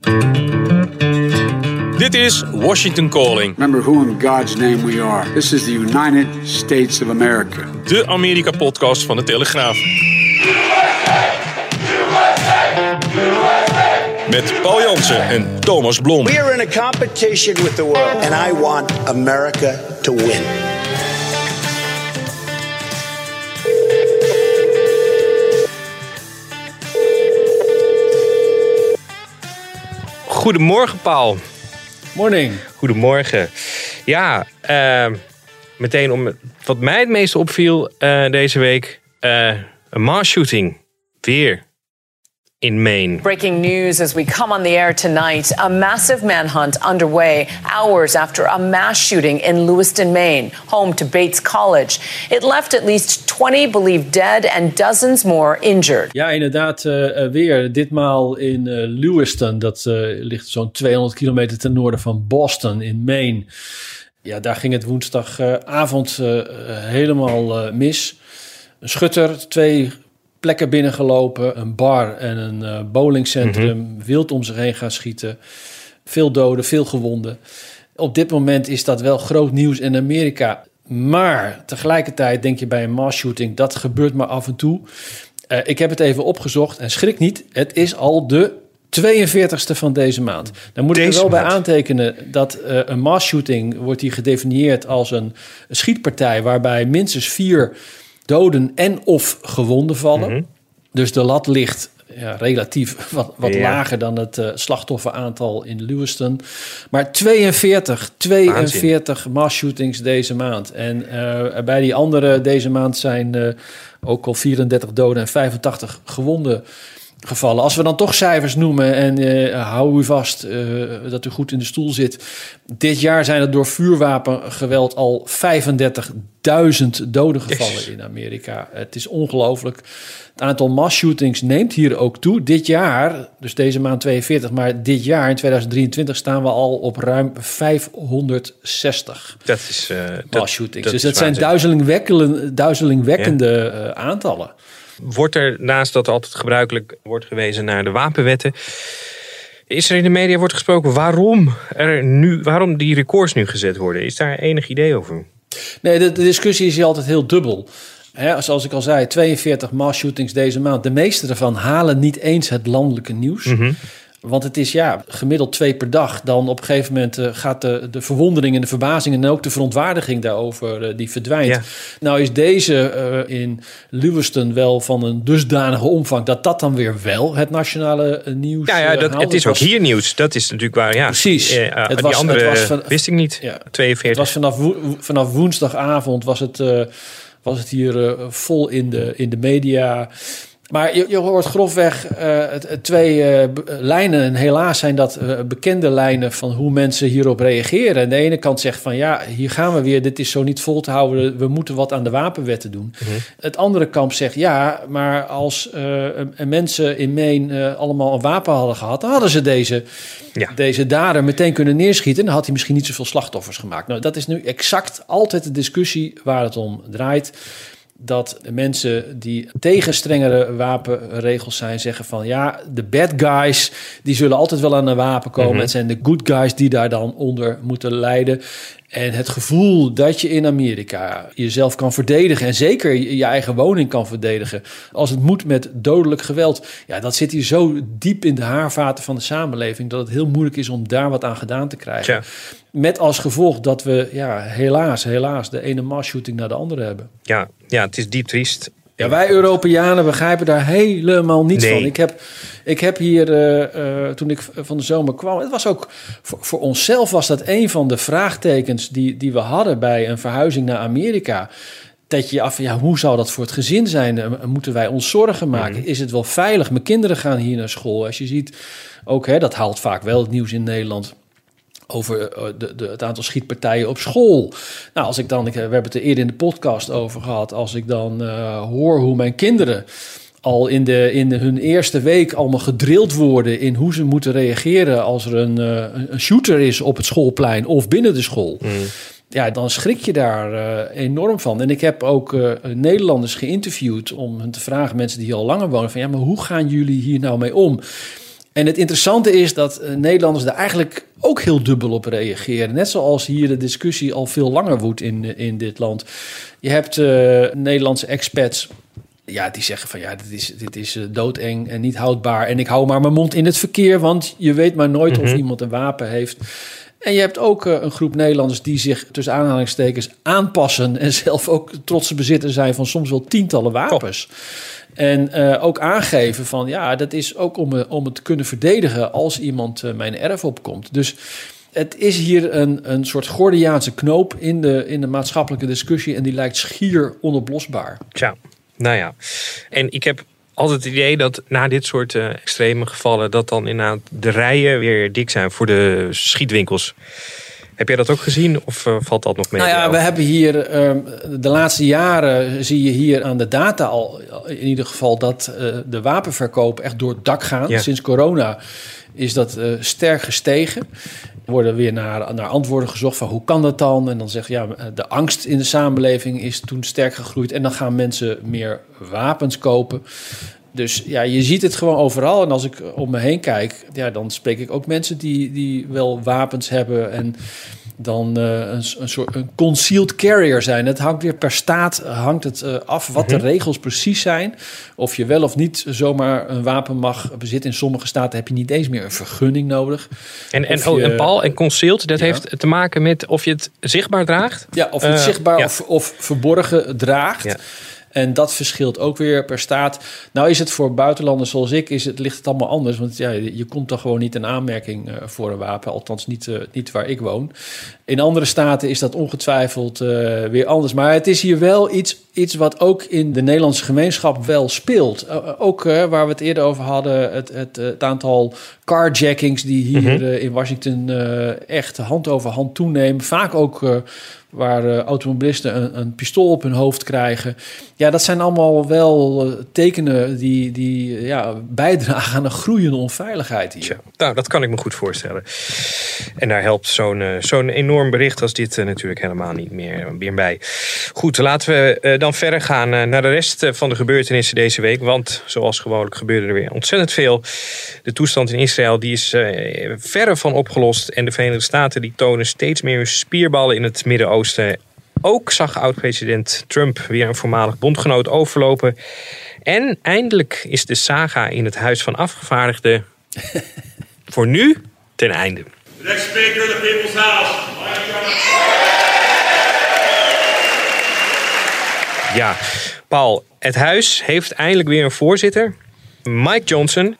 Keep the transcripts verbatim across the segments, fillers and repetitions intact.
Dit is Washington Calling. Remember who in God's name we are. This is the United States of America. De Amerika-podcast van de Telegraaf. Met Paul Jansen en Thomas Blom. We are in a competition with the world. And I want America to win. Goedemorgen, Paul. Morning. Goedemorgen. Ja, uh, meteen om wat mij het meeste opviel uh, deze week. Uh, een mass shooting. Weer. In Maine. Breaking news as we come on the air tonight. A massive manhunt underway hours after a mass shooting in Lewiston, Maine, home to Bates College. It left at least twenty believed dead and dozens more injured. Ja, inderdaad, uh, weer. Ditmaal in uh, Lewiston. Dat uh, ligt zo'n tweehonderd kilometer ten noorden van Boston in Maine. Ja, daar ging het woensdagavond uh, uh, helemaal uh, mis. Een schutter, twee plekken binnengelopen, een bar en een uh, bowlingcentrum, mm-hmm. wild om zich heen gaan schieten. Veel doden, veel gewonden. Op dit moment is dat wel groot nieuws in Amerika. Maar tegelijkertijd denk je bij een mass shooting, dat gebeurt maar af en toe. Uh, ik heb het even opgezocht en schrik niet, het is al de tweeënveertigste van deze maand. Dan moet ik er wel bij aantekenen dat uh, een mass shooting wordt hier gedefinieerd als een, een schietpartij waarbij minstens vier doden en of gewonden vallen. Mm-hmm. Dus de lat ligt ja, relatief wat, wat ja. lager dan het uh, slachtofferaantal in Lewiston. Maar tweeënveertig, tweeënveertig mass shootings deze maand. En uh, bij die andere deze maand zijn uh, ook al vierendertig doden en vijfentachtig gewonden gevallen. Als we dan toch cijfers noemen en uh, hou u vast uh, dat u goed in de stoel zit. Dit jaar zijn er door vuurwapengeweld al vijfendertigduizend doden gevallen yes. in Amerika. Het is ongelooflijk. Het aantal mass shootings neemt hier ook toe. Dit jaar, dus deze maand tweeënveertig, maar dit jaar in tweeduizend drieëntwintig staan we al op ruim vijfhonderdzestig dat is, uh, mass dat, shootings. Dat dus dat zijn duizelingwekkende, duizelingwekkende ja. uh, aantallen. Wordt er, naast dat altijd gebruikelijk wordt gewezen naar de wapenwetten, is er in de media wordt gesproken waarom er nu, waarom die records nu gezet worden? Is daar enig idee over? Nee, de, de discussie is hier altijd heel dubbel. He, zoals ik al zei, tweeënveertig mass shootings deze maand. De meeste ervan halen niet eens het landelijke nieuws. Mm-hmm. Want het is ja gemiddeld twee per dag. Dan op een gegeven moment uh, gaat de, de verwondering en de verbazing en ook de verontwaardiging daarover uh, die verdwijnt. Ja. Nou is deze uh, in Lewiston wel van een dusdanige omvang dat dat dan weer wel het nationale uh, nieuws Ja, ja dat, uh, het is ook hier nieuws. Dat is natuurlijk waar. Ja. Precies. Uh, het die was, andere het was van, wist ik niet. Ja, tweeënveertig. Het was vanaf, wo- vanaf woensdagavond was het, uh, was het hier uh, vol in de, in de media. Maar je, je hoort grofweg uh, twee uh, lijnen. En helaas zijn dat uh, bekende lijnen van hoe mensen hierop reageren. En de ene kant zegt van ja, hier gaan we weer. Dit is zo niet vol te houden. We moeten wat aan de wapenwetten doen. Mm-hmm. Het andere kamp zegt ja, maar als uh, mensen in Maine uh, allemaal een wapen hadden gehad, dan hadden ze deze, ja. deze dader meteen kunnen neerschieten. En dan had hij misschien niet zoveel slachtoffers gemaakt. Nou, dat is nu exact altijd de discussie waar het om draait. Dat de mensen die tegen strengere wapenregels zijn zeggen van ja, de bad guys die zullen altijd wel aan een wapen komen. Mm-hmm. Het zijn de good guys die daar dan onder moeten lijden. En het gevoel dat je in Amerika jezelf kan verdedigen en zeker je eigen woning kan verdedigen als het moet met dodelijk geweld. Ja, dat zit hier zo diep in de haarvaten van de samenleving dat het heel moeilijk is om daar wat aan gedaan te krijgen. Ja. Met als gevolg dat we ja, helaas, helaas de ene mass shooting naar de andere hebben. Ja, ja, het is diep triest. Ja, wij Europeanen begrijpen daar helemaal niets nee. van. Ik heb, ik heb hier, uh, uh, toen ik van de zomer kwam... Het was ook, voor, voor onszelf was dat een van de vraagtekens die, die we hadden bij een verhuizing naar Amerika. Dat je af, ja, hoe zou dat voor het gezin zijn? Uh, moeten wij ons zorgen maken? Mm-hmm. Is het wel veilig? Mijn kinderen gaan hier naar school. Als je ziet, ook hè, dat haalt vaak wel het nieuws in Nederland over de, de, het aantal schietpartijen op school. Nou, als ik dan, ik, we hebben het er eerder in de podcast over gehad, als ik dan uh, hoor hoe mijn kinderen al in, de, in de, hun eerste week allemaal gedrild worden in hoe ze moeten reageren als er een, uh, een shooter is op het schoolplein of binnen de school. Mm. Ja, dan schrik je daar uh, enorm van. En ik heb ook uh, Nederlanders geïnterviewd om hen te vragen, mensen die hier al langer wonen, van ja, maar hoe gaan jullie hier nou mee om? En het interessante is dat uh, Nederlanders daar eigenlijk ook heel dubbel op reageren. Net zoals hier de discussie al veel langer woedt in, in dit land. Je hebt uh, Nederlandse expats... Ja, die zeggen van ja, dit is, dit is doodeng en niet houdbaar. En ik hou maar mijn mond in het verkeer, want je weet maar nooit mm-hmm. of iemand een wapen heeft. En je hebt ook uh, een groep Nederlanders die zich tussen aanhalingstekens aanpassen en zelf ook trotse bezitter zijn van soms wel tientallen wapens. Oh. En uh, ook aangeven van ja, dat is ook om, uh, om het te kunnen verdedigen als iemand uh, mijn erf opkomt. Dus het is hier een, een soort Gordiaanse knoop in de, in de maatschappelijke discussie en die lijkt schier onoplosbaar. Tja. Nou ja, en ik heb altijd het idee dat na dit soort uh, extreme gevallen... dat dan inderdaad de rijen weer dik zijn voor de schietwinkels. Heb jij dat ook gezien of uh, valt dat nog mee? Nou ja, we hebben hier uh, de laatste jaren zie je hier aan de data al in ieder geval... dat uh, de wapenverkoop echt door het dak gaan. Ja. Sinds corona is dat uh, sterk gestegen. Er worden weer naar, naar antwoorden gezocht van hoe kan dat dan? En dan zeg je ja, de angst in de samenleving is toen sterk gegroeid. En dan gaan mensen meer wapens kopen. Dus ja, je ziet het gewoon overal. En als ik om me heen kijk, ja, dan spreek ik ook mensen die, die wel wapens hebben en dan uh, een, een soort een concealed carrier zijn. Het hangt weer per staat hangt het uh, af wat mm-hmm. de regels precies zijn. Of je wel of niet zomaar een wapen mag bezitten. In sommige staten heb je niet eens meer een vergunning nodig. En, en, je, oh, en Paul, en concealed, dat ja. heeft te maken met of je het zichtbaar draagt? Ja, of je het uh, zichtbaar ja. of, of verborgen draagt. Ja. En dat verschilt ook weer per staat. Nou is het voor buitenlanders zoals ik, is het, ligt het allemaal anders. Want ja, je komt dan gewoon niet in aanmerking uh, voor een wapen. Althans niet, uh, niet waar ik woon. In andere staten is dat ongetwijfeld uh, weer anders. Maar het is hier wel iets, iets wat ook in de Nederlandse gemeenschap wel speelt. Uh, ook uh, waar we het eerder over hadden. Het, het, het aantal carjackings die hier mm-hmm. uh, in Washington uh, echt hand over hand toenemen. Vaak ook... Uh, waar uh, automobilisten een, een pistool op hun hoofd krijgen. Ja, dat zijn allemaal wel uh, tekenen die, die uh, ja, bijdragen aan een groeiende onveiligheid hier. Tja, nou, dat kan ik me goed voorstellen. En daar helpt zo'n, uh, zo'n enorm bericht als dit uh, natuurlijk helemaal niet meer, meer bij. Goed, laten we uh, dan verder gaan uh, naar de rest uh, van de gebeurtenissen deze week. Want zoals gewoonlijk gebeurde er weer ontzettend veel. De toestand in Israël die is uh, verre van opgelost. En de Verenigde Staten die tonen steeds meer hun spierballen in het Midden-Oosten. Ook zag oud-president Trump weer een voormalig bondgenoot overlopen. En eindelijk is de saga in het Huis van Afgevaardigden voor nu ten einde. The next speaker of the People's House. Ja, Paul, het huis heeft eindelijk weer een voorzitter. Mike Johnson.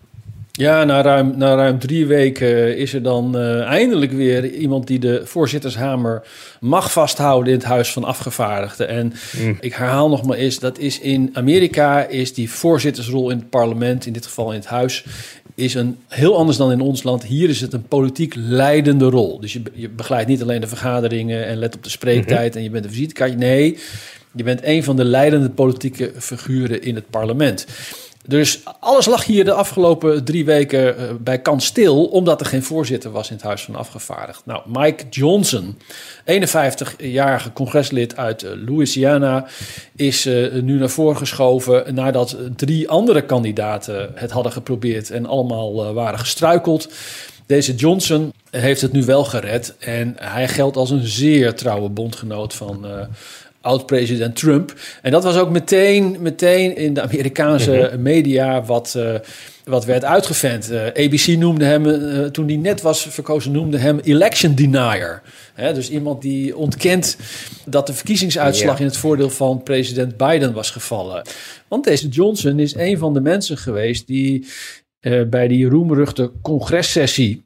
Ja, na ruim, na ruim drie weken is er dan uh, eindelijk weer iemand die de voorzittershamer mag vasthouden in het Huis van Afgevaardigden. En mm. ik herhaal nog maar eens, dat is in Amerika is die voorzittersrol in het parlement, in dit geval in het huis, is een heel anders dan in ons land. Hier is het een politiek leidende rol. Dus je, je begeleidt niet alleen de vergaderingen en let op de spreektijd mm-hmm. en je bent een visitekaartje. Nee, je bent een van de leidende politieke figuren in het parlement. Dus alles lag hier de afgelopen drie weken uh, bij kant stil, omdat er geen voorzitter was in het Huis van Afgevaardigden. Nou, Mike Johnson, eenenvijftigjarige congreslid uit uh, Louisiana, is uh, nu naar voren geschoven nadat drie andere kandidaten het hadden geprobeerd en allemaal uh, waren gestruikeld. Deze Johnson heeft het nu wel gered en hij geldt als een zeer trouwe bondgenoot van uh, oud-president Trump. En dat was ook meteen, meteen in de Amerikaanse mm-hmm. media wat, uh, wat werd uitgevent. Uh, A B C noemde hem, uh, toen hij net was verkozen, noemde hem election denier. He, dus iemand die ontkent dat de verkiezingsuitslag ja. in het voordeel van president Biden was gevallen. Want deze Johnson is een van de mensen geweest die uh, bij die roemruchte congressessie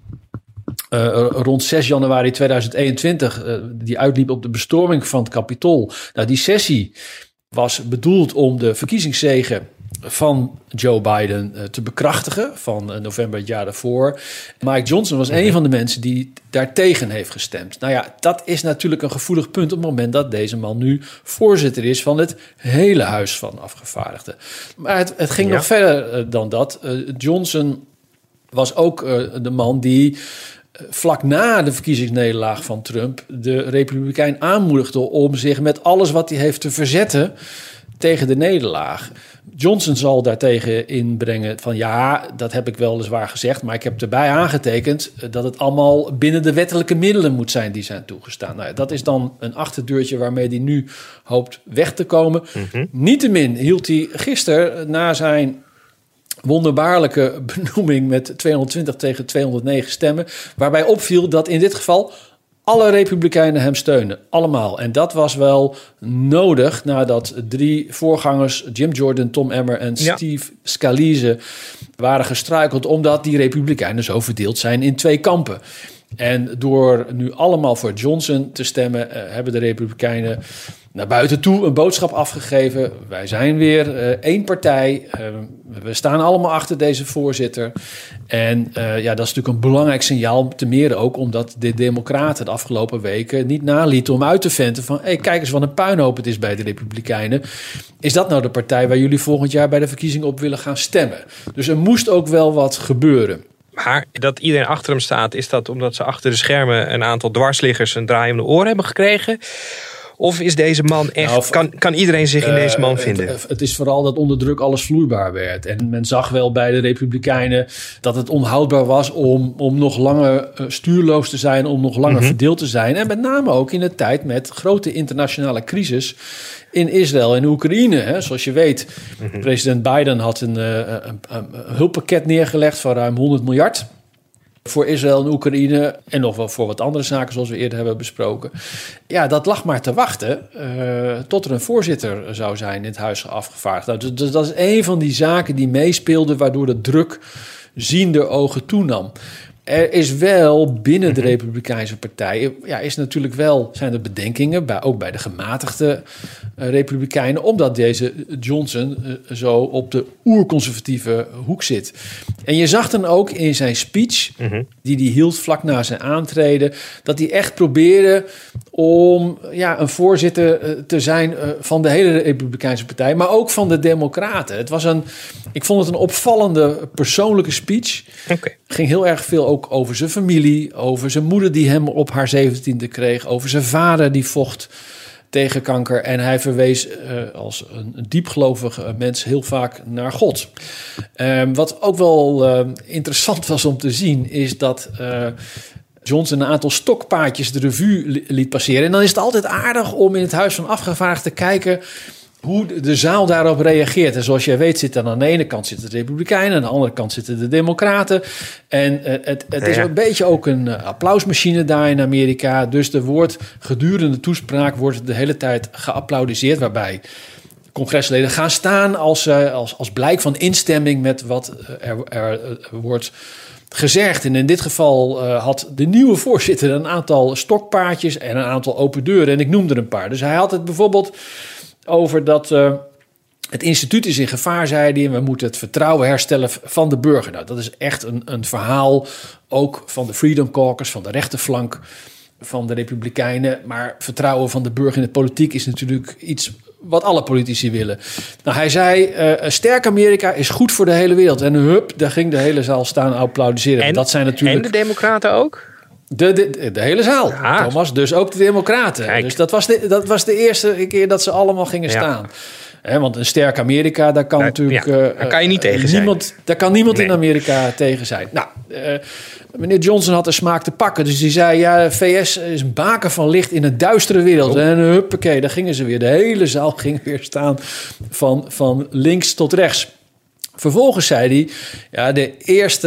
Uh, rond zes januari tweeduizend eenentwintig, uh, die uitliep op de bestorming van het Capitool. Nou, die sessie was bedoeld om de verkiezingszege van Joe Biden uh, te bekrachtigen van uh, november het jaar daarvoor. Mike Johnson was een van de mensen die daartegen heeft gestemd. Nou ja, dat is natuurlijk een gevoelig punt op het moment dat deze man nu voorzitter is van het hele Huis van Afgevaardigden. Maar het, het ging ja. nog verder uh, dan dat. Uh, Johnson was ook uh, de man die vlak na de verkiezingsnederlaag van Trump de Republikein aanmoedigde om zich met alles wat hij heeft te verzetten tegen de nederlaag. Johnson zal daartegen inbrengen van ja, dat heb ik weliswaar gezegd, maar ik heb erbij aangetekend dat het allemaal binnen de wettelijke middelen moet zijn die zijn toegestaan. Nou, dat is dan een achterdeurtje waarmee hij nu hoopt weg te komen. Mm-hmm. Niettemin hield hij gisteren na zijn wonderbaarlijke benoeming met tweehonderdtwintig tegen tweehonderdnegen stemmen, waarbij opviel dat in dit geval alle Republikeinen hem steunen. Allemaal. En dat was wel nodig nadat drie voorgangers, Jim Jordan, Tom Emmer en ja. Steve Scalise, waren gestruikeld omdat die Republikeinen zo verdeeld zijn in twee kampen. En door nu allemaal voor Johnson te stemmen, uh, hebben de Republikeinen naar buiten toe een boodschap afgegeven. Wij zijn weer uh, één partij. Uh, we staan allemaal achter deze voorzitter. En uh, ja, dat is natuurlijk een belangrijk signaal. Te meer ook omdat de Democraten de afgelopen weken niet nalieten om uit te venten van, hey, kijk eens wat een puinhoop het is bij de Republikeinen. Is dat nou de partij waar jullie volgend jaar bij de verkiezingen op willen gaan stemmen? Dus er moest ook wel wat gebeuren. Maar dat iedereen achter hem staat, is dat omdat ze achter de schermen een aantal dwarsliggers een draai om de oren hebben gekregen? Of is deze man echt, nou, kan, kan iedereen zich in uh, deze man vinden? Het, het is vooral dat onder druk alles vloeibaar werd. En men zag wel bij de Republikeinen dat het onhoudbaar was om, om nog langer uh, stuurloos te zijn, om nog langer mm-hmm. verdeeld te zijn. En met name ook in de tijd met grote internationale crisis in Israël en Oekraïne. Hè. Zoals je weet, mm-hmm. president Biden had een, uh, een, een, een hulppakket neergelegd van ruim honderd miljard... voor Israël en Oekraïne en nog wel voor wat andere zaken zoals we eerder hebben besproken. Ja, dat lag maar te wachten uh, tot er een voorzitter zou zijn in het huis afgevaardigd. Nou, dus, dus dat is een van die zaken die meespeelden waardoor de druk ziende ogen toenam. Er is wel binnen de Republikeinse partij, ja, is natuurlijk wel, zijn er bedenkingen, bij, ook bij de gematigde uh, Republikeinen, omdat deze Johnson uh, zo op de oerconservatieve hoek zit. En je zag dan ook in zijn speech, mm-hmm. die hij hield vlak na zijn aantreden, dat hij echt probeerde om ja, een voorzitter uh, te zijn uh, van de hele Republikeinse partij, maar ook van de Democraten. Het was een, ik vond het een opvallende persoonlijke speech. Okay. Ging heel erg veel ook over zijn familie, over zijn moeder die hem op haar zeventiende kreeg, over zijn vader die vocht tegen kanker. En hij verwees uh, als een, een diepgelovig mens heel vaak naar God. Um, wat ook wel uh, interessant was om te zien, is dat uh, Johnson een aantal stokpaardjes de revue liet passeren. En dan is het altijd aardig om in het Huis van Afgevaardigden te kijken hoe de zaal daarop reageert. En zoals jij weet zitten aan de ene kant zitten de Republikeinen, aan de andere kant zitten de Democraten. En uh, het, het is een beetje ook een uh, applausmachine daar in Amerika. Dus er wordt gedurende de toespraak wordt de hele tijd geapplaudiseerd, waarbij congresleden gaan staan als, uh, als, als blijk van instemming met wat er, er uh, wordt gezegd. En in dit geval uh, had de nieuwe voorzitter een aantal stokpaardjes en een aantal open deuren. En ik noemde er een paar. Dus hij had het bijvoorbeeld over dat uh, het instituut is in gevaar, zei hij, en we moeten het vertrouwen herstellen van de burger. Nou, dat is echt een, een verhaal ook van de Freedom Caucus, van de rechterflank van de Republikeinen. Maar vertrouwen van de burger in de politiek is natuurlijk iets wat alle politici willen. Nou, hij zei, uh, een sterk Amerika is goed voor de hele wereld. En hup, daar ging de hele zaal staan applaudisseren. En, dat zijn natuurlijk, en de Democraten ook? De, de, de hele zaal, ja. Thomas. Dus ook de Democraten. Kijk. Dus dat was de, dat was de eerste keer dat ze allemaal gingen ja. staan. He, want een sterk Amerika, daar kan daar, natuurlijk ja, daar kan je niet uh, tegen niemand, zijn. Daar kan niemand nee. in Amerika tegen zijn. Nou, uh, meneer Johnson had de smaak te pakken. Dus die zei, ja, de V S is een baken van licht in een duistere wereld. Oh. En huppakee, daar gingen ze weer. De hele zaal ging weer staan van, van links tot rechts. Vervolgens zei hij, ja, de eerste,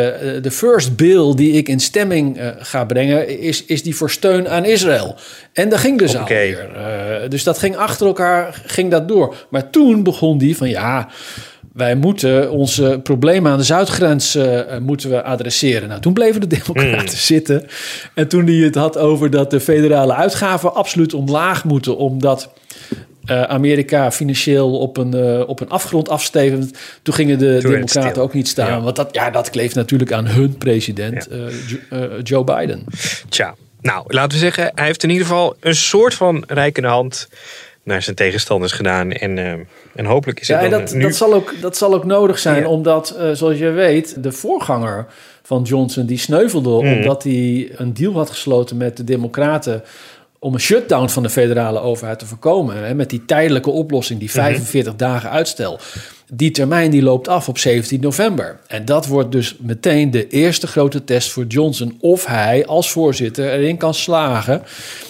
de first bill die ik in stemming uh, ga brengen, is, is die voor steun aan Israël. En daar ging de zaal okay. weer. Uh, dus dat ging achter elkaar, ging dat door. Maar toen begon die van, ja, wij moeten onze problemen aan de zuidgrens uh, moeten we adresseren. Nou, toen bleven de Democraten mm. zitten. En toen hij het had over dat de federale uitgaven absoluut omlaag moeten, omdat Uh, Amerika financieel op een, uh, op een afgrond afstevend. Toen gingen de toen Democraten ook niet staan. Ja. Want dat, ja, dat kleeft natuurlijk aan hun president, ja. uh, uh, Joe Biden. Tja, nou, laten we zeggen, hij heeft in ieder geval een soort van reikende hand naar zijn tegenstanders gedaan. En, uh, en hopelijk is het ja, dan dat, nu... dat, zal ook, dat zal ook nodig zijn, ja. omdat, uh, zoals je weet, de voorganger van Johnson, die sneuvelde mm. omdat hij een deal had gesloten met de Democraten om een shutdown van de federale overheid te voorkomen, hè, met die tijdelijke oplossing, die vijfenveertig mm-hmm. dagen uitstel. Die termijn die loopt af op zeventien november. En dat wordt dus meteen de eerste grote test voor Johnson, of hij als voorzitter erin kan slagen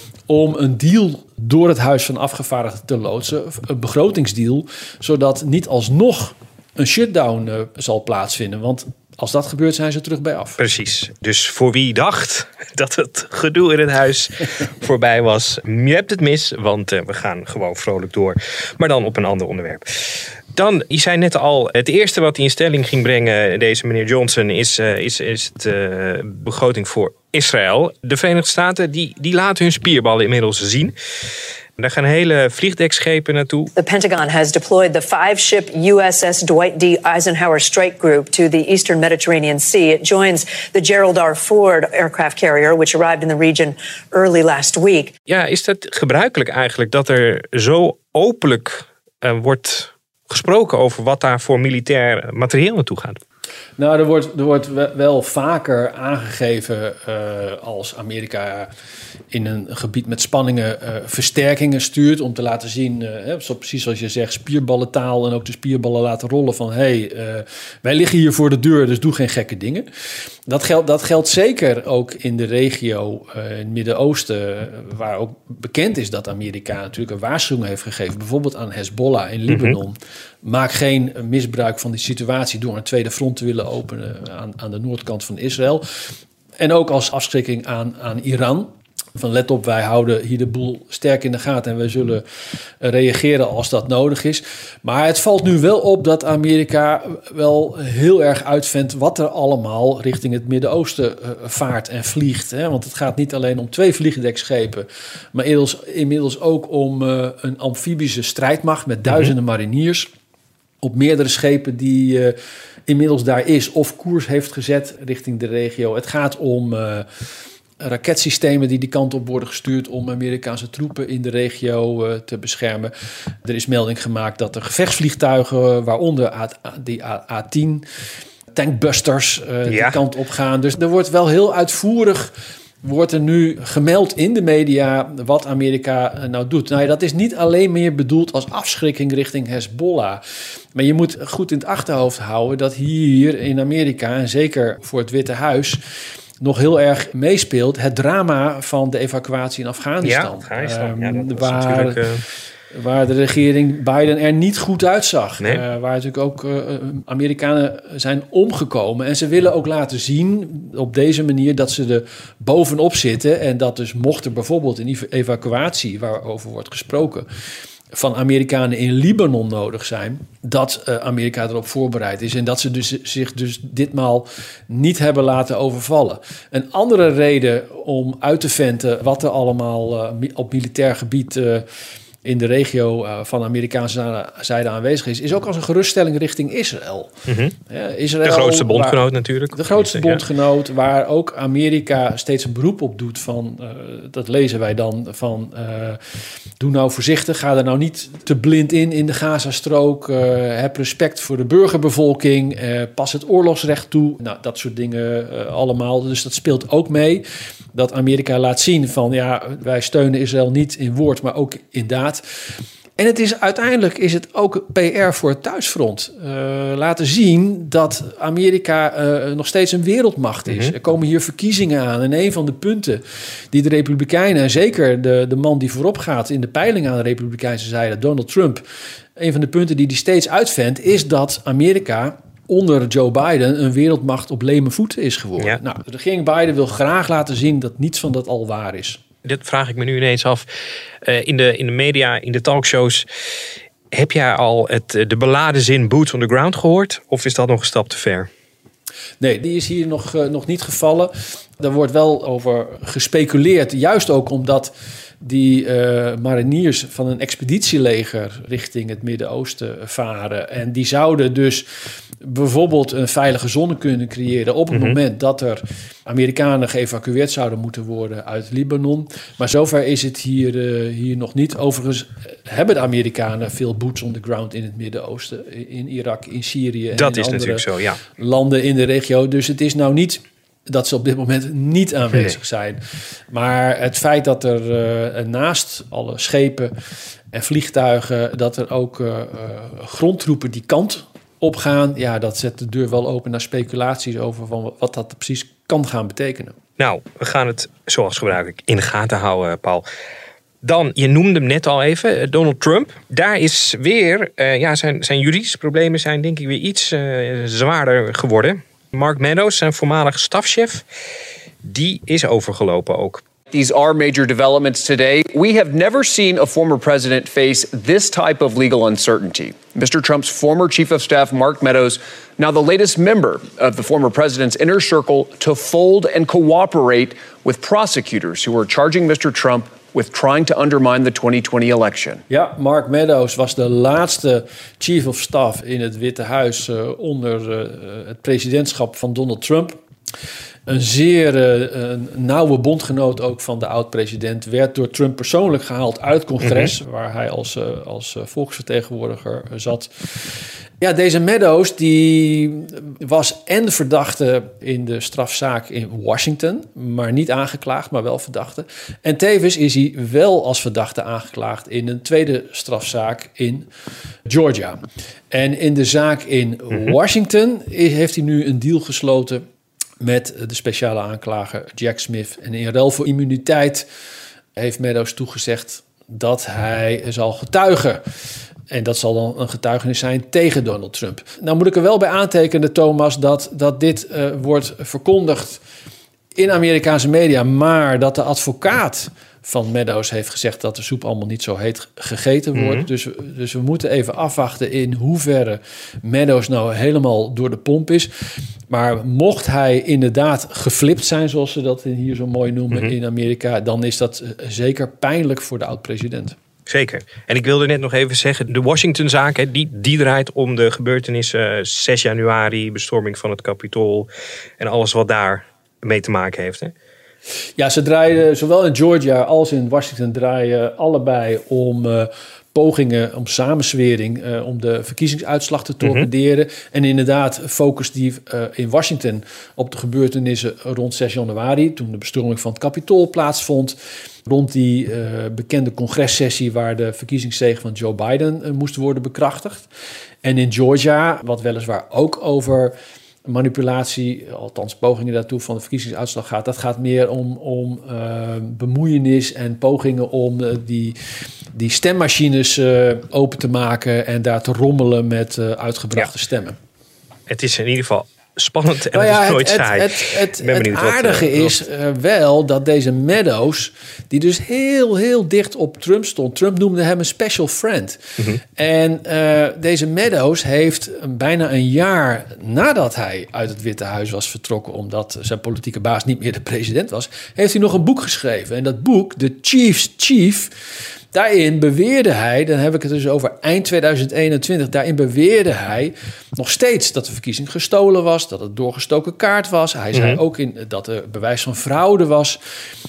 om een deal door het Huis van Afgevaardigden te loodsen, een begrotingsdeal, zodat niet alsnog een shutdown uh, zal plaatsvinden. Want als dat gebeurt, zijn ze terug bij af. Precies. Dus voor wie dacht dat het gedoe in het huis voorbij was, je hebt het mis, want uh, we gaan gewoon vrolijk door. Maar dan op een ander onderwerp. Dan, je zei net al, het eerste wat hij in stelling ging brengen, deze meneer Johnson, is, uh, is, is de uh, begroting voor Israël. De Verenigde Staten, die, die laten hun spierballen inmiddels zien. Daar gaan hele vliegdekschepen naartoe. The Pentagon has deployed the five-ship U S S Dwight D. Eisenhower Strike Group to the eastern Mediterranean Sea. It joins the Gerald R. Ford aircraft carrier, which arrived in the region early last week. Ja, is dat gebruikelijk eigenlijk dat er zo openlijk uh, wordt gesproken over wat daar voor militair materieel naartoe gaat? Nou, er wordt, er wordt wel vaker aangegeven uh, als Amerika in een gebied met spanningen uh, versterkingen stuurt om te laten zien, uh, hè, zo precies zoals je zegt, spierballentaal en ook de spierballen laten rollen van hé, hey, uh, wij liggen hier voor de deur, dus doe geen gekke dingen. Dat geldt, dat geldt zeker ook in de regio uh, in het Midden-Oosten, waar ook bekend is dat Amerika natuurlijk een waarschuwing heeft gegeven, bijvoorbeeld aan Hezbollah in Libanon. Mm-hmm. Maak geen misbruik van die situatie door een tweede front te willen openen aan, aan de noordkant van Israël. En ook als afschrikking aan, aan Iran. Van let op, wij houden hier de boel sterk in de gaten en wij zullen reageren als dat nodig is. Maar het valt nu wel op dat Amerika wel heel erg uitvindt wat er allemaal richting het Midden-Oosten uh, vaart en vliegt. Hè? Want het gaat niet alleen om twee vliegdekschepen, maar inmiddels, inmiddels ook om uh, een amfibische strijdmacht met duizenden mm-hmm. mariniers op meerdere schepen die uh, inmiddels daar is of koers heeft gezet richting de regio. Het gaat om Uh, raketsystemen die die kant op worden gestuurd om Amerikaanse troepen in de regio uh, te beschermen. Er is melding gemaakt dat er gevechtsvliegtuigen, waaronder A, die A tien, tankbusters, uh, ja. die kant op gaan. Dus er wordt wel heel uitvoerig, wordt er nu gemeld in de media wat Amerika nou doet. Nou ja, dat is niet alleen meer bedoeld als afschrikking richting Hezbollah. Maar je moet goed in het achterhoofd houden dat hier in Amerika, en zeker voor het Witte Huis, nog heel erg meespeelt het drama van de evacuatie in Afghanistan. Ja, Afghanistan. Um, ja, dat waar, natuurlijk, uh... waar de regering Biden er niet goed uitzag. Nee. Uh, waar natuurlijk ook uh, Amerikanen zijn omgekomen. En ze willen ook laten zien op deze manier dat ze er bovenop zitten. En dat dus mocht er bijvoorbeeld een evacuatie waarover wordt gesproken van Amerikanen in Libanon nodig zijn, dat uh, Amerika erop voorbereid is en dat ze dus, zich dus ditmaal niet hebben laten overvallen. Een andere reden om uit te venten wat er allemaal uh, op militair gebied uh, in de regio uh, van de Amerikaanse zijde aanwezig is, is ook als een geruststelling richting Israël. Mm-hmm. Ja, Israël de grootste bondgenoot waar, natuurlijk. De grootste bondgenoot, waar ook Amerika steeds een beroep op doet van, uh, dat lezen wij dan, van uh, doe nou voorzichtig, ga er nou niet te blind in in de Gazastrook, uh, heb respect voor de burgerbevolking, uh, pas het oorlogsrecht toe, nou, dat soort dingen uh, allemaal. Dus dat speelt ook mee, dat Amerika laat zien van, ja, wij steunen Israël niet in woord, maar ook in daad. En het is uiteindelijk is het ook P R voor het thuisfront. Uh, laten zien dat Amerika uh, nog steeds een wereldmacht is. Mm-hmm. Er komen hier verkiezingen aan. En een van de punten die de Republikeinen, en zeker de, de man die voorop gaat in de peiling aan de Republikeinse zijde, Donald Trump, een van de punten die hij steeds uitvindt, is dat Amerika onder Joe Biden een wereldmacht op leme voeten is geworden. Ja. Nou, de regering Biden wil graag laten zien dat niets van dat al waar is. Dit vraag ik me nu ineens af. Uh, in, de, in de media, in de talkshows, heb jij al het, de beladen zin boots on the ground gehoord? Of is dat nog een stap te ver? Nee, die is hier nog, uh, nog niet gevallen. Er wordt wel over gespeculeerd. Juist ook omdat die uh, mariniers van een expeditieleger richting het Midden-Oosten varen. En die zouden dus bijvoorbeeld een veilige zone kunnen creëren op het mm-hmm. moment dat er Amerikanen geëvacueerd zouden moeten worden uit Libanon. Maar zover is het hier, uh, hier nog niet. Overigens hebben de Amerikanen veel boots on the ground in het Midden-Oosten, in Irak, in Syrië en dat in is andere natuurlijk zo, ja. landen in de regio. Dus het is nou niet dat ze op dit moment niet aanwezig zijn. Maar het feit dat er uh, naast alle schepen en vliegtuigen, dat er ook uh, uh, grondtroepen die kant op gaan, ja, dat zet de deur wel open naar speculaties over van wat dat precies kan gaan betekenen. Nou, we gaan het zoals gebruikelijk in de gaten houden, Paul. Dan, je noemde hem net al even, Donald Trump. Daar is weer, uh, ja, zijn, zijn juridische problemen zijn denk ik weer iets uh, zwaarder geworden. Mark Meadows, zijn voormalige stafchef, die is overgelopen ook. These are major developments today. We have never seen a former president face this type of legal uncertainty. Mister Trump's former chief of staff, Mark Meadows, now the latest member of the former president's inner circle to fold and cooperate with prosecutors who are charging Mister Trump with trying to undermine the twenty twenty election. Ja, Mark Meadows was de laatste chief of staff in het Witte Huis uh, onder uh, het presidentschap van Donald Trump. Een zeer uh, een nauwe bondgenoot ook van de oud-president. Werd door Trump persoonlijk gehaald uit het congres, mm-hmm. waar hij als, uh, als uh, volksvertegenwoordiger uh, zat. Ja, deze Meadows die was en verdachte in de strafzaak in Washington, maar niet aangeklaagd, maar wel verdachte. En tevens is hij wel als verdachte aangeklaagd in een tweede strafzaak in Georgia. En in de zaak in Washington heeft hij nu een deal gesloten met de speciale aanklager Jack Smith. En in ruil voor immuniteit heeft Meadows toegezegd dat hij zal getuigen. En dat zal dan een getuigenis zijn tegen Donald Trump. Nou moet ik er wel bij aantekenen, Thomas, dat, dat dit uh, wordt verkondigd in Amerikaanse media, maar dat de advocaat van Meadows heeft gezegd dat de soep allemaal niet zo heet gegeten wordt. Mm-hmm. Dus, dus we moeten even afwachten in hoeverre Meadows nou helemaal door de pomp is. Maar mocht hij inderdaad geflipt zijn, zoals ze dat hier zo mooi noemen mm-hmm. in Amerika, dan is dat zeker pijnlijk voor de oud-president. Zeker. En ik wilde net nog even zeggen, de Washington-zaak, die, die draait om de gebeurtenissen zes januari, bestorming van het Capitool en alles wat daar mee te maken heeft, hè? Ja, ze draaien zowel in Georgia als in Washington draaien allebei om uh, pogingen om samenzwering, uh, om de verkiezingsuitslag te torpederen. Mm-hmm. En inderdaad focust die uh, in Washington op de gebeurtenissen rond zes januari, toen de bestorming van het Capitool plaatsvond. Rond die uh, bekende congressessie waar de verkiezingszege van Joe Biden uh, moest worden bekrachtigd. En in Georgia, wat weliswaar ook over manipulatie, althans pogingen daartoe van de verkiezingsuitslag gaat. Dat gaat meer om, om uh, bemoeienis en pogingen om uh, die, die stemmachines uh, open te maken en daar te rommelen met uh, uitgebrachte ja. stemmen. Het is in ieder geval spannend en nou ja, het is nooit het, saai. Het, het, het, het aardige wat, uh, is uh, wel dat deze Meadows, die dus heel, heel dicht op Trump stond. Trump noemde hem een special friend. Mm-hmm. En uh, deze Meadows heeft bijna een jaar nadat hij uit het Witte Huis was vertrokken, omdat zijn politieke baas niet meer de president was, heeft hij nog een boek geschreven. En dat boek, The Chief's Chief, daarin beweerde hij, dan heb ik het dus over eind tweeduizend eenentwintig... daarin beweerde hij nog steeds dat de verkiezing gestolen was, dat het doorgestoken kaart was. Hij zei mm-hmm. ook in, dat er bewijs van fraude was.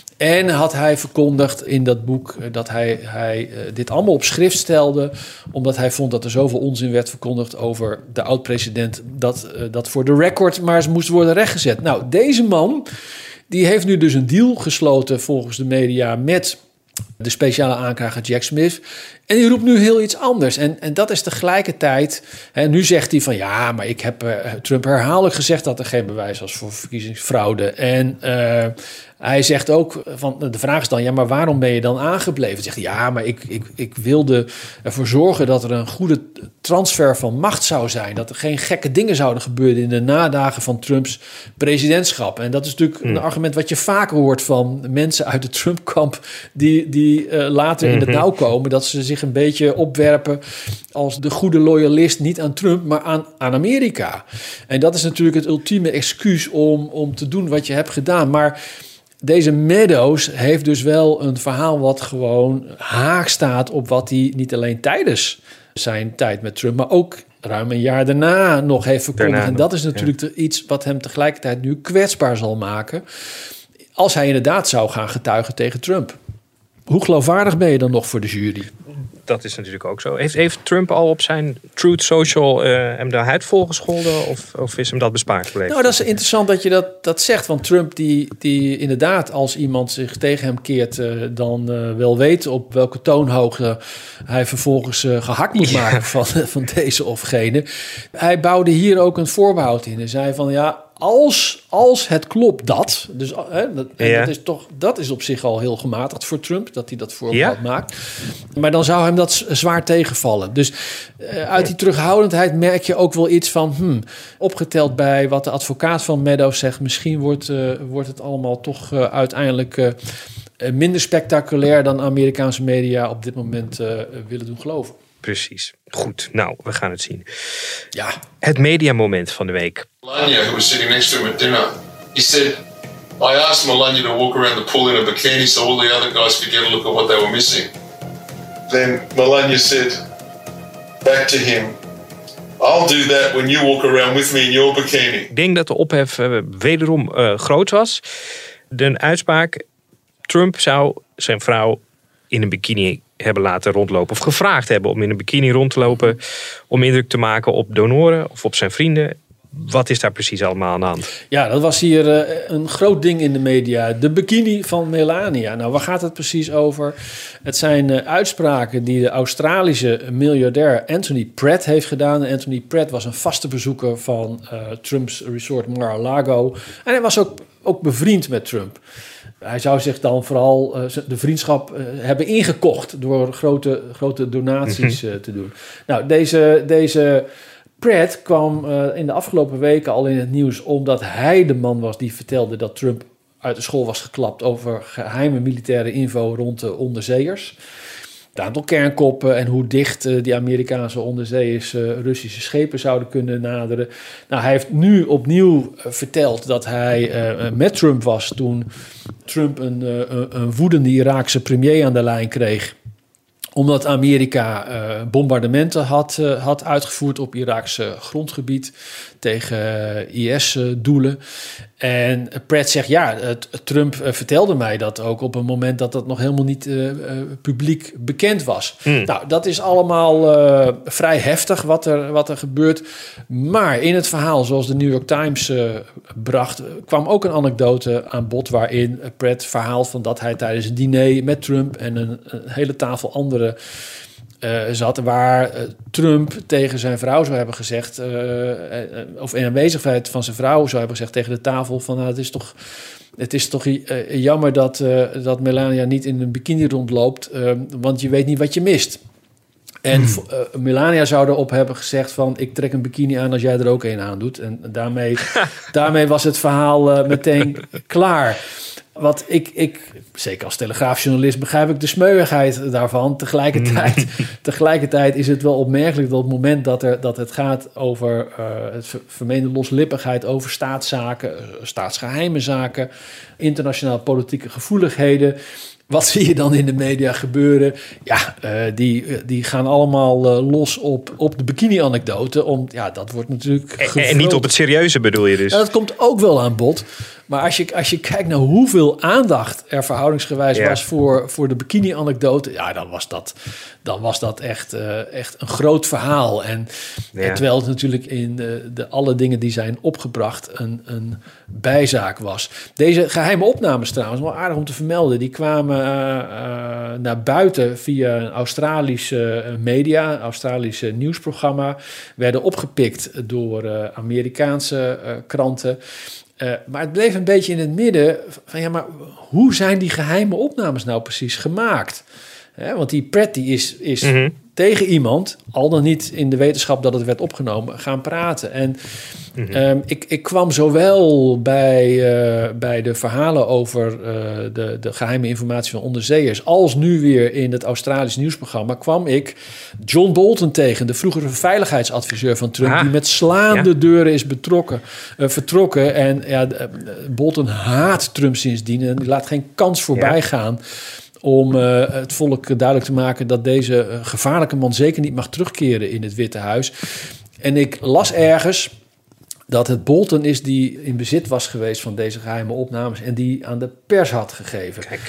En had hij verkondigd in dat boek dat hij, hij uh, dit allemaal op schrift stelde, omdat hij vond dat er zoveel onzin werd verkondigd over de oud-president, dat uh, dat voor de record maar eens moest worden rechtgezet. Nou, deze man, die heeft nu dus een deal gesloten volgens de media met de speciale aanklager Jack Smith. En die roept nu heel iets anders. En, en dat is tegelijkertijd, hè, nu zegt hij van ja, maar ik heb uh, Trump herhaaldelijk gezegd dat er geen bewijs was voor verkiezingsfraude. En uh, hij zegt ook, van, de vraag is dan, ja, maar waarom ben je dan aangebleven? Hij zegt, ja, maar ik, ik, ik wilde ervoor zorgen dat er een goede transfer van macht zou zijn. Dat er geen gekke dingen zouden gebeuren in de nadagen van Trumps presidentschap. En dat is natuurlijk hmm. een argument wat je vaker hoort van mensen uit de Trump-kamp die, die uh, later mm-hmm. in het nauw komen, dat ze zich een beetje opwerpen als de goede loyalist, niet aan Trump, maar aan, aan Amerika. En dat is natuurlijk het ultieme excuus om, om te doen wat je hebt gedaan. Maar deze Meadows heeft dus wel een verhaal wat gewoon haak staat op wat hij niet alleen tijdens zijn tijd met Trump, maar ook ruim een jaar daarna nog heeft verkondigd. En dat is natuurlijk ja. iets wat hem tegelijkertijd nu kwetsbaar zal maken als hij inderdaad zou gaan getuigen tegen Trump. Hoe geloofwaardig ben je dan nog voor de jury? dat is natuurlijk ook zo. Heeft, heeft Trump al op zijn Truth Social uh, hem de huid volgescholden? Of, of is hem dat bespaard gebleven? Nou, dat is interessant dat je dat, dat zegt. Want Trump, die, die inderdaad, als iemand zich tegen hem keert, uh, dan uh, wel weet op welke toonhoogte hij vervolgens uh, gehakt moet maken ja. van, van deze of gene. Hij bouwde hier ook een voorbehoud in. Hij zei van ja, Als, als het klopt dat, dus hè, dat, en ja. dat is toch dat is op zich al heel gematigd voor Trump dat hij dat voorbeeld ja. maakt, maar dan zou hem dat zwaar tegenvallen. Dus uh, uit die terughoudendheid merk je ook wel iets van, hmm, opgeteld bij wat de advocaat van Meadows zegt, misschien wordt, uh, wordt het allemaal toch uh, uiteindelijk uh, minder spectaculair dan Amerikaanse media op dit moment uh, willen doen geloven. Precies. Goed, nou, we gaan het zien. Ja. Het mediamoment van de week. Melania, who was sitting next to him at dinner, he said, I asked Melania to walk around the pool in a bikini so all the other guys could get a look at what they were missing. Then Melania said back to him, I'll do that when you walk around with me in your bikini. Ik denk dat de ophef uh, wederom uh, groot was. De uitspraak, Trump zou zijn vrouw in een bikini hebben laten rondlopen of gevraagd hebben om in een bikini rond te lopen om indruk te maken op donoren of op zijn vrienden. Wat is daar precies allemaal aan de hand? Ja, dat was hier uh, een groot ding in de media. De bikini van Melania. Nou, waar gaat het precies over? Het zijn uh, uitspraken die de Australische miljardair Anthony Pratt heeft gedaan. Anthony Pratt was een vaste bezoeker van uh, Trumps resort Mar-a-Lago. En hij was ook, ook bevriend met Trump. Hij zou zich dan vooral uh, de vriendschap uh, hebben ingekocht door grote, grote donaties uh, te doen. Nou, deze, deze Pratt kwam uh, in de afgelopen weken al in het nieuws omdat hij de man was die vertelde dat Trump uit de school was geklapt over geheime militaire info rond de onderzeeërs. Het aantal kernkoppen en hoe dicht uh, die Amerikaanse onderzeeërs uh, Russische schepen zouden kunnen naderen. Nou, hij heeft nu opnieuw uh, verteld dat hij uh, met Trump was toen Trump een, uh, een woedende Iraakse premier aan de lijn kreeg, omdat Amerika uh, bombardementen had, uh, had uitgevoerd op Iraaks uh, grondgebied tegen uh, I S-doelen. En Pratt zegt, ja, uh, Trump uh, vertelde mij dat ook op een moment dat dat nog helemaal niet uh, uh, publiek bekend was. Hmm. Nou, dat is allemaal uh, vrij heftig wat er, wat er gebeurt. Maar in het verhaal, zoals de New York Times uh, bracht, kwam ook een anekdote aan bod waarin Pratt verhaalt van dat hij tijdens een diner met Trump en een, een hele tafel andere Uh, zat waar uh, Trump tegen zijn vrouw zou hebben gezegd, uh, uh, of in aanwezigheid van zijn vrouw zou hebben gezegd tegen de tafel van, nou, het is toch, het is toch uh, jammer dat, uh, dat Melania niet in een bikini rondloopt, uh, want je weet niet wat je mist. En hmm. uh, Melania zou erop hebben gezegd van, ik trek een bikini aan als jij er ook een aan doet. En daarmee, daarmee was het verhaal uh, meteen klaar. Wat ik, ik, zeker als telegraafjournalist, begrijp ik de smeuigheid daarvan. Tegelijkertijd, tegelijkertijd is het wel opmerkelijk dat op het moment dat, er, dat het gaat over uh, het vermeende loslippigheid over staatszaken, uh, staatsgeheime zaken, internationale politieke gevoeligheden. Wat zie je dan in de media gebeuren? Ja, uh, die, die gaan allemaal uh, los op, op de bikini-anekdote. Om, ja, dat wordt natuurlijk en, en niet op het serieuze bedoel je dus? Ja, dat komt ook wel aan bod. Maar als je, als je kijkt naar hoeveel aandacht er verhoudingsgewijs ja. was voor, voor de bikini-anekdote, ja, dan was dat, dan was dat echt, uh, echt een groot verhaal. En, ja. en terwijl het natuurlijk in de, de alle dingen die zijn opgebracht een, een bijzaak was. Deze geheime opnames trouwens, wel aardig om te vermelden, die kwamen uh, uh, naar buiten via een Australische media, een Australische nieuwsprogramma, werden opgepikt door uh, Amerikaanse uh, kranten. Uh, maar het bleef een beetje in het midden van, ja, maar hoe zijn die geheime opnames nou precies gemaakt? He, want die Pratt die is, is mm-hmm. tegen iemand, al dan niet in de wetenschap dat het werd opgenomen, gaan praten. En mm-hmm. um, ik, ik kwam zowel bij, uh, bij de verhalen over uh, de, de geheime informatie van onderzeeërs, als nu weer in het Australisch nieuwsprogramma, kwam ik John Bolton tegen, de vroegere veiligheidsadviseur van Trump, ah, die met slaande ja. deuren is betrokken, uh, vertrokken. En ja, uh, Bolton haat Trump sindsdien en die laat geen kans voorbij ja. gaan om uh, het volk duidelijk te maken dat deze uh, gevaarlijke man zeker niet mag terugkeren in het Witte Huis. En ik las ergens dat het Bolton is die in bezit was geweest van deze geheime opnames en die aan de pers had gegeven. Kijk.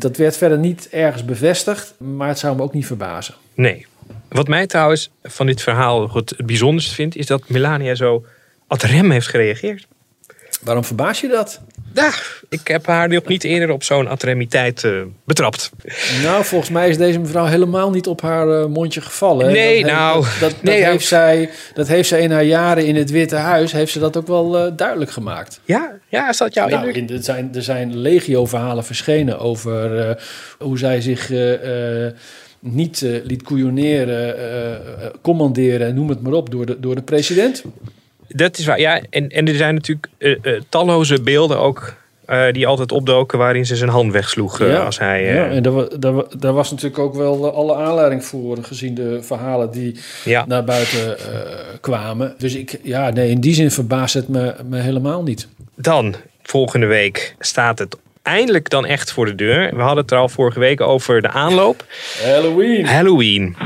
Dat werd verder niet ergens bevestigd, maar het zou me ook niet verbazen. Nee. Wat mij trouwens van dit verhaal het bijzonderste vindt, is dat Melania zo ad rem heeft gereageerd. Waarom verbaas je dat? Ja, ik heb haar nog niet eerder op zo'n adremiteit uh, betrapt. Nou, volgens mij is deze mevrouw helemaal niet op haar uh, mondje gevallen. Nee, dat nou... Heeft, dat, dat, nee, dat, ja. heeft zij, dat heeft zij in haar jaren in het Witte Huis... heeft ze dat ook wel uh, duidelijk gemaakt. Ja, ja, is dat jouw nou, indruk? in, er, zijn, er zijn legio-verhalen verschenen over uh, hoe zij zich... Uh, uh, niet uh, liet koeioneren, uh, commanderen, noem het maar op, door de, door de president. Dat is waar, ja. En, en er zijn natuurlijk uh, uh, talloze beelden ook... Uh, die altijd opdoken waarin ze zijn hand wegsloeg uh, ja, als hij... Uh... Ja, en daar, daar, daar was natuurlijk ook wel alle aanleiding voor... gezien de verhalen die ja. naar buiten uh, kwamen. Dus ik, ja, nee, in die zin verbaast het me, me helemaal niet. Dan, volgende week staat het eindelijk dan echt voor de deur. We hadden het er al vorige week over de aanloop. Halloween. Halloween.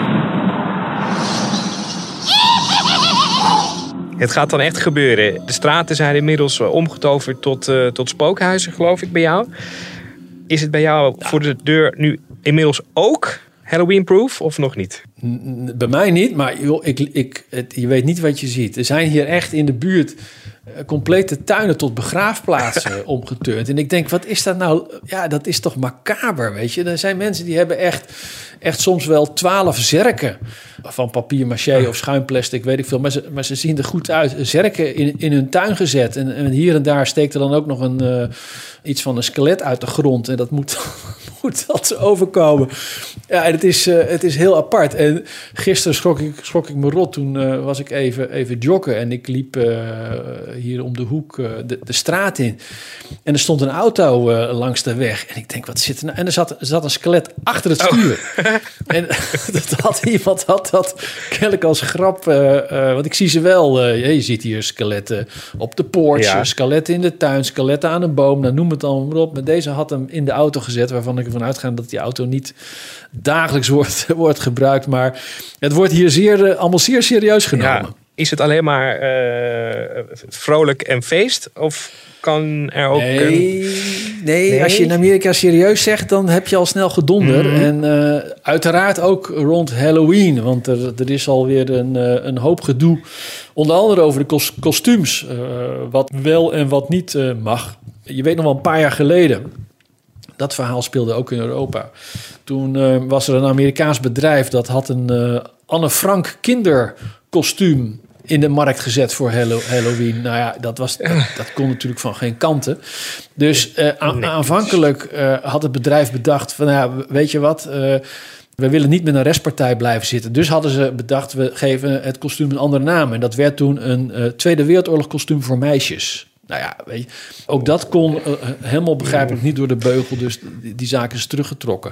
Het gaat dan echt gebeuren. De straten zijn inmiddels omgetoverd tot, uh, tot spookhuizen, geloof ik, bij jou. Is het bij jou ja. voor de deur nu inmiddels ook Halloween-proof of nog niet? Bij mij niet, maar joh, ik, ik, het, je weet niet wat je ziet. Er zijn hier echt in de buurt complete tuinen tot begraafplaatsen omgeturnd. En ik denk, wat is dat nou? Ja, dat is toch macaber, weet je? Er zijn mensen die hebben echt, echt soms wel twaalf zerken van papier-maché of schuimplastic, weet ik veel. Maar ze, maar ze zien er goed uit. Zerken in, in hun tuin gezet. En, en hier en daar steekt er dan ook nog een, uh, iets van een skelet uit de grond. En dat moet, moet dat overkomen. Ja, en het is, uh, het is heel apart. En gisteren schrok ik, schrok ik me rot. Toen uh, was ik even, even joggen. En ik liep uh, hier om de hoek uh, de, de straat in. En er stond een auto uh, langs de weg. En ik denk, wat zit er nou? En er zat, er zat een skelet achter het stuur. Oh. En dat had iemand had dat kennelijk als grap. Uh, uh, want ik zie ze wel. Uh, je ziet hier skeletten op de porch. Ja. Skeletten in de tuin. Skeletten aan een boom. Nou, noem het allemaal maar op. Maar deze had hem in de auto gezet. Waarvan ik ervan uitga dat die auto niet dagelijks wordt, wordt gebruikt. Maar het wordt hier zeer, uh, allemaal zeer serieus genomen. Ja. Is het alleen maar uh, vrolijk en feest? Of kan er ook... Nee, een... nee, nee, als je in Amerika serieus zegt, dan heb je al snel gedonder. Mm-hmm. En uh, uiteraard ook rond Halloween. Want er, er is alweer een, uh, een hoop gedoe. Onder andere over de kos- kostuums. Uh, wat wel en wat niet uh, mag. Je weet nog wel een paar jaar geleden... Dat verhaal speelde ook in Europa. Toen uh, was er een Amerikaans bedrijf... dat had een uh, Anne Frank kinderkostuum in de markt gezet voor Halloween. Nou ja, dat, was, dat, dat kon natuurlijk van geen kanten. Dus uh, a- nee. aanvankelijk uh, had het bedrijf bedacht... van, nou, weet je wat... Uh, we willen niet met een restpartij blijven zitten. Dus hadden ze bedacht, we geven het kostuum een andere naam. En dat werd toen een uh, Tweede Wereldoorlog kostuum voor meisjes... Nou ja, weet je, ook dat kon uh, helemaal begrijpelijk niet door de beugel. Dus die, die zaak is teruggetrokken.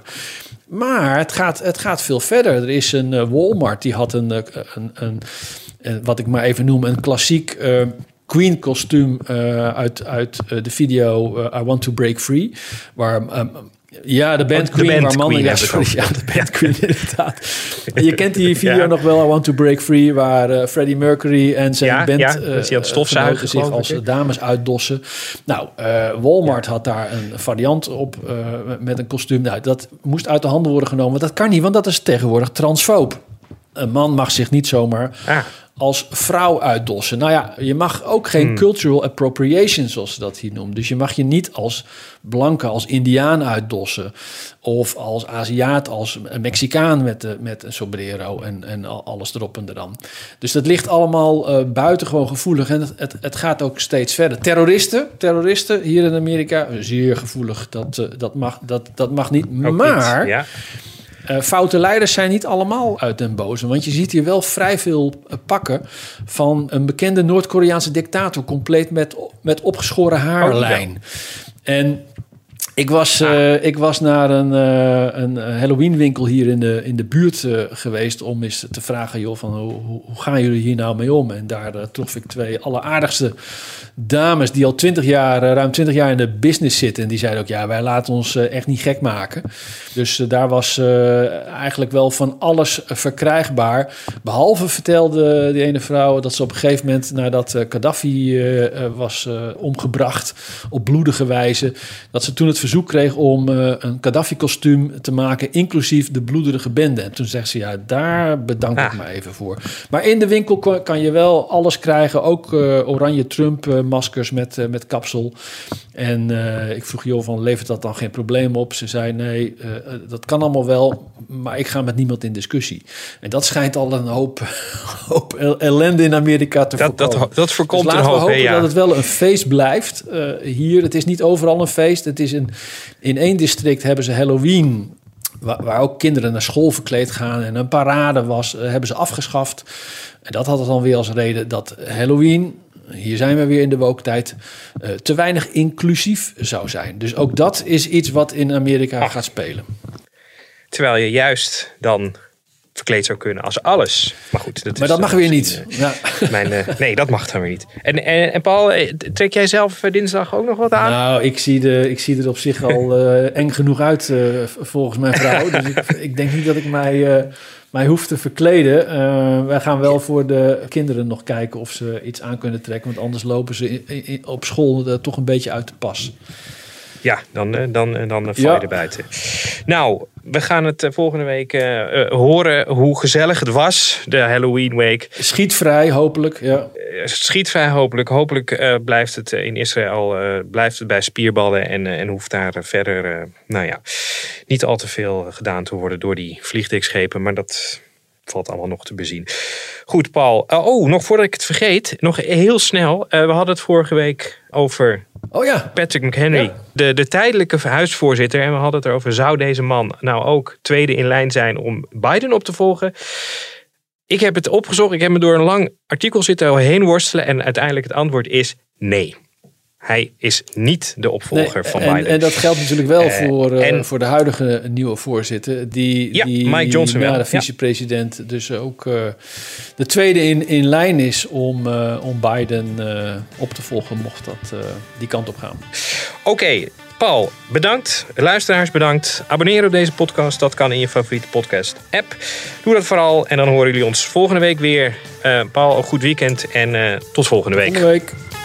Maar het gaat, het gaat veel verder. Er is een uh, Walmart, die had een, uh, een, een, een, wat ik maar even noem, een klassiek uh, Queen kostuum uh, uit, uit uh, de video uh, I Want to Break Free. Waar... Um, Ja, de band Queen, de band waar mannen... Ja, sorry, ja, de band Queen, inderdaad. Je kent die video ja. nog wel, I Want to Break Free... waar uh, Freddie Mercury en zijn ja, band... Ja, uh, die stofzuigen zich als ik. dames uitdossen. Nou, uh, Walmart ja. had daar een variant op uh, met een kostuum. Nou, dat moest uit de handen worden genomen. Dat kan niet, want dat is tegenwoordig transfoob. Een man mag zich niet zomaar... Ah. als vrouw uitdossen. Nou ja, je mag ook geen hmm. cultural appropriation, zoals ze dat hier noemen. Dus je mag je niet als blanke, als Indiaan uitdossen. Of als Aziat, als een Mexicaan met, de, met een sombrero en, en alles erop en eraan. Dus dat ligt allemaal uh, buitengewoon gevoelig. En het, het, het gaat ook steeds verder. Terroristen, terroristen hier in Amerika, zeer gevoelig. Dat, uh, dat, mag, dat, dat mag niet. Ook maar... Niet, ja. Uh, foute leiders zijn niet allemaal uit den boze. Want je ziet hier wel vrij veel uh, pakken van een bekende Noord-Koreaanse dictator... compleet met, met opgeschoren haarlijn. Oh, ja. En ik was, uh, ik was naar een, uh, een Halloween-winkel hier in de, in de buurt uh, geweest... om eens te vragen, joh, van hoe, hoe gaan jullie hier nou mee om? En daar uh, trof ik twee alleraardigste dames... die al twintig jaar, uh, ruim twintig jaar in de business zitten. En die zeiden ook, ja, wij laten ons uh, echt niet gek maken. Dus uh, daar was uh, eigenlijk wel van alles uh, verkrijgbaar. Behalve vertelde die ene vrouw dat ze op een gegeven moment... nadat uh, Gaddafi uh, uh, was uh, omgebracht op bloedige wijze... dat ze toen het verzoek kreeg om uh, een Gaddafi-kostuum te maken, inclusief de bloederige bende. En toen zegt ze, ja, daar bedank ik ah. me even voor. Maar in de winkel kan, kan je wel alles krijgen, ook uh, oranje Trump-maskers met, uh, met kapsel. En uh, ik vroeg joh, van levert dat dan geen probleem op? Ze zei, nee, uh, dat kan allemaal wel, maar ik ga met niemand in discussie. En dat schijnt al een hoop, hoop ellende in Amerika te dat, voorkomen. Dat, dat voorkomt dus een hoop, laten we hopen ja. dat het wel een feest blijft. Uh, hier, het is niet overal een feest. Het is een, in één district hebben ze Halloween, waar, waar ook kinderen naar school verkleed gaan en een parade was, uh, hebben ze afgeschaft. En dat had het dan weer als reden dat Halloween, hier zijn we weer in de woke-tijd, uh, te weinig inclusief zou zijn. Dus ook dat is iets wat in Amerika Ach. gaat spelen. Terwijl je juist dan verkleed zou kunnen als alles. Maar goed, dat, maar is, dat mag uh, weer niet. Uh, ja. mijn, uh, nee, dat mag dan weer niet. En, en, en Paul, trek jij zelf dinsdag ook nog wat aan? Nou, ik zie, de, ik zie er op zich al uh, eng genoeg uit uh, volgens mijn vrouw. Dus ik, ik denk niet dat ik mij, uh, mij hoef te verkleden. Uh, wij gaan wel voor de kinderen nog kijken of ze iets aan kunnen trekken. Want anders lopen ze in, in, op school uh, toch een beetje uit de pas. Ja, dan, dan, dan val je ja. er buiten. Nou, we gaan het volgende week uh, uh, horen hoe gezellig het was, de Halloween Week. Schietvrij, hopelijk. Ja. Uh, schietvrij, hopelijk. Hopelijk uh, blijft het uh, in Israël uh, blijft het bij spierballen en, uh, en hoeft daar uh, verder, uh, nou ja, niet al te veel gedaan te worden door die vliegdekschepen. Maar dat valt allemaal nog te bezien. Goed, Paul. Uh, oh, nog voordat ik het vergeet, nog heel snel. Uh, we hadden het vorige week over oh ja. Patrick McHenry, ja. de, de tijdelijke huisvoorzitter. En we hadden het erover, zou deze man nou ook tweede in lijn zijn om Biden op te volgen? Ik heb het opgezocht. Ik heb me door een lang artikel zitten heen worstelen. En uiteindelijk het antwoord is nee. Hij is niet de opvolger nee, van en, Biden. En dat geldt natuurlijk wel uh, voor, uh, en, voor de huidige nieuwe voorzitter. Die, ja, die Mike Johnson na wel. de vicepresident ja. dus ook uh, de tweede in, in lijn is om, uh, om Biden uh, op te volgen, mocht dat uh, die kant op gaan. Oké, okay, Paul, bedankt. Luisteraars, bedankt. Abonneer op deze podcast. Dat kan in je favoriete podcast app. Doe dat vooral en dan horen jullie ons volgende week weer. Uh, Paul, een goed weekend en uh, tot volgende week. Volgende week.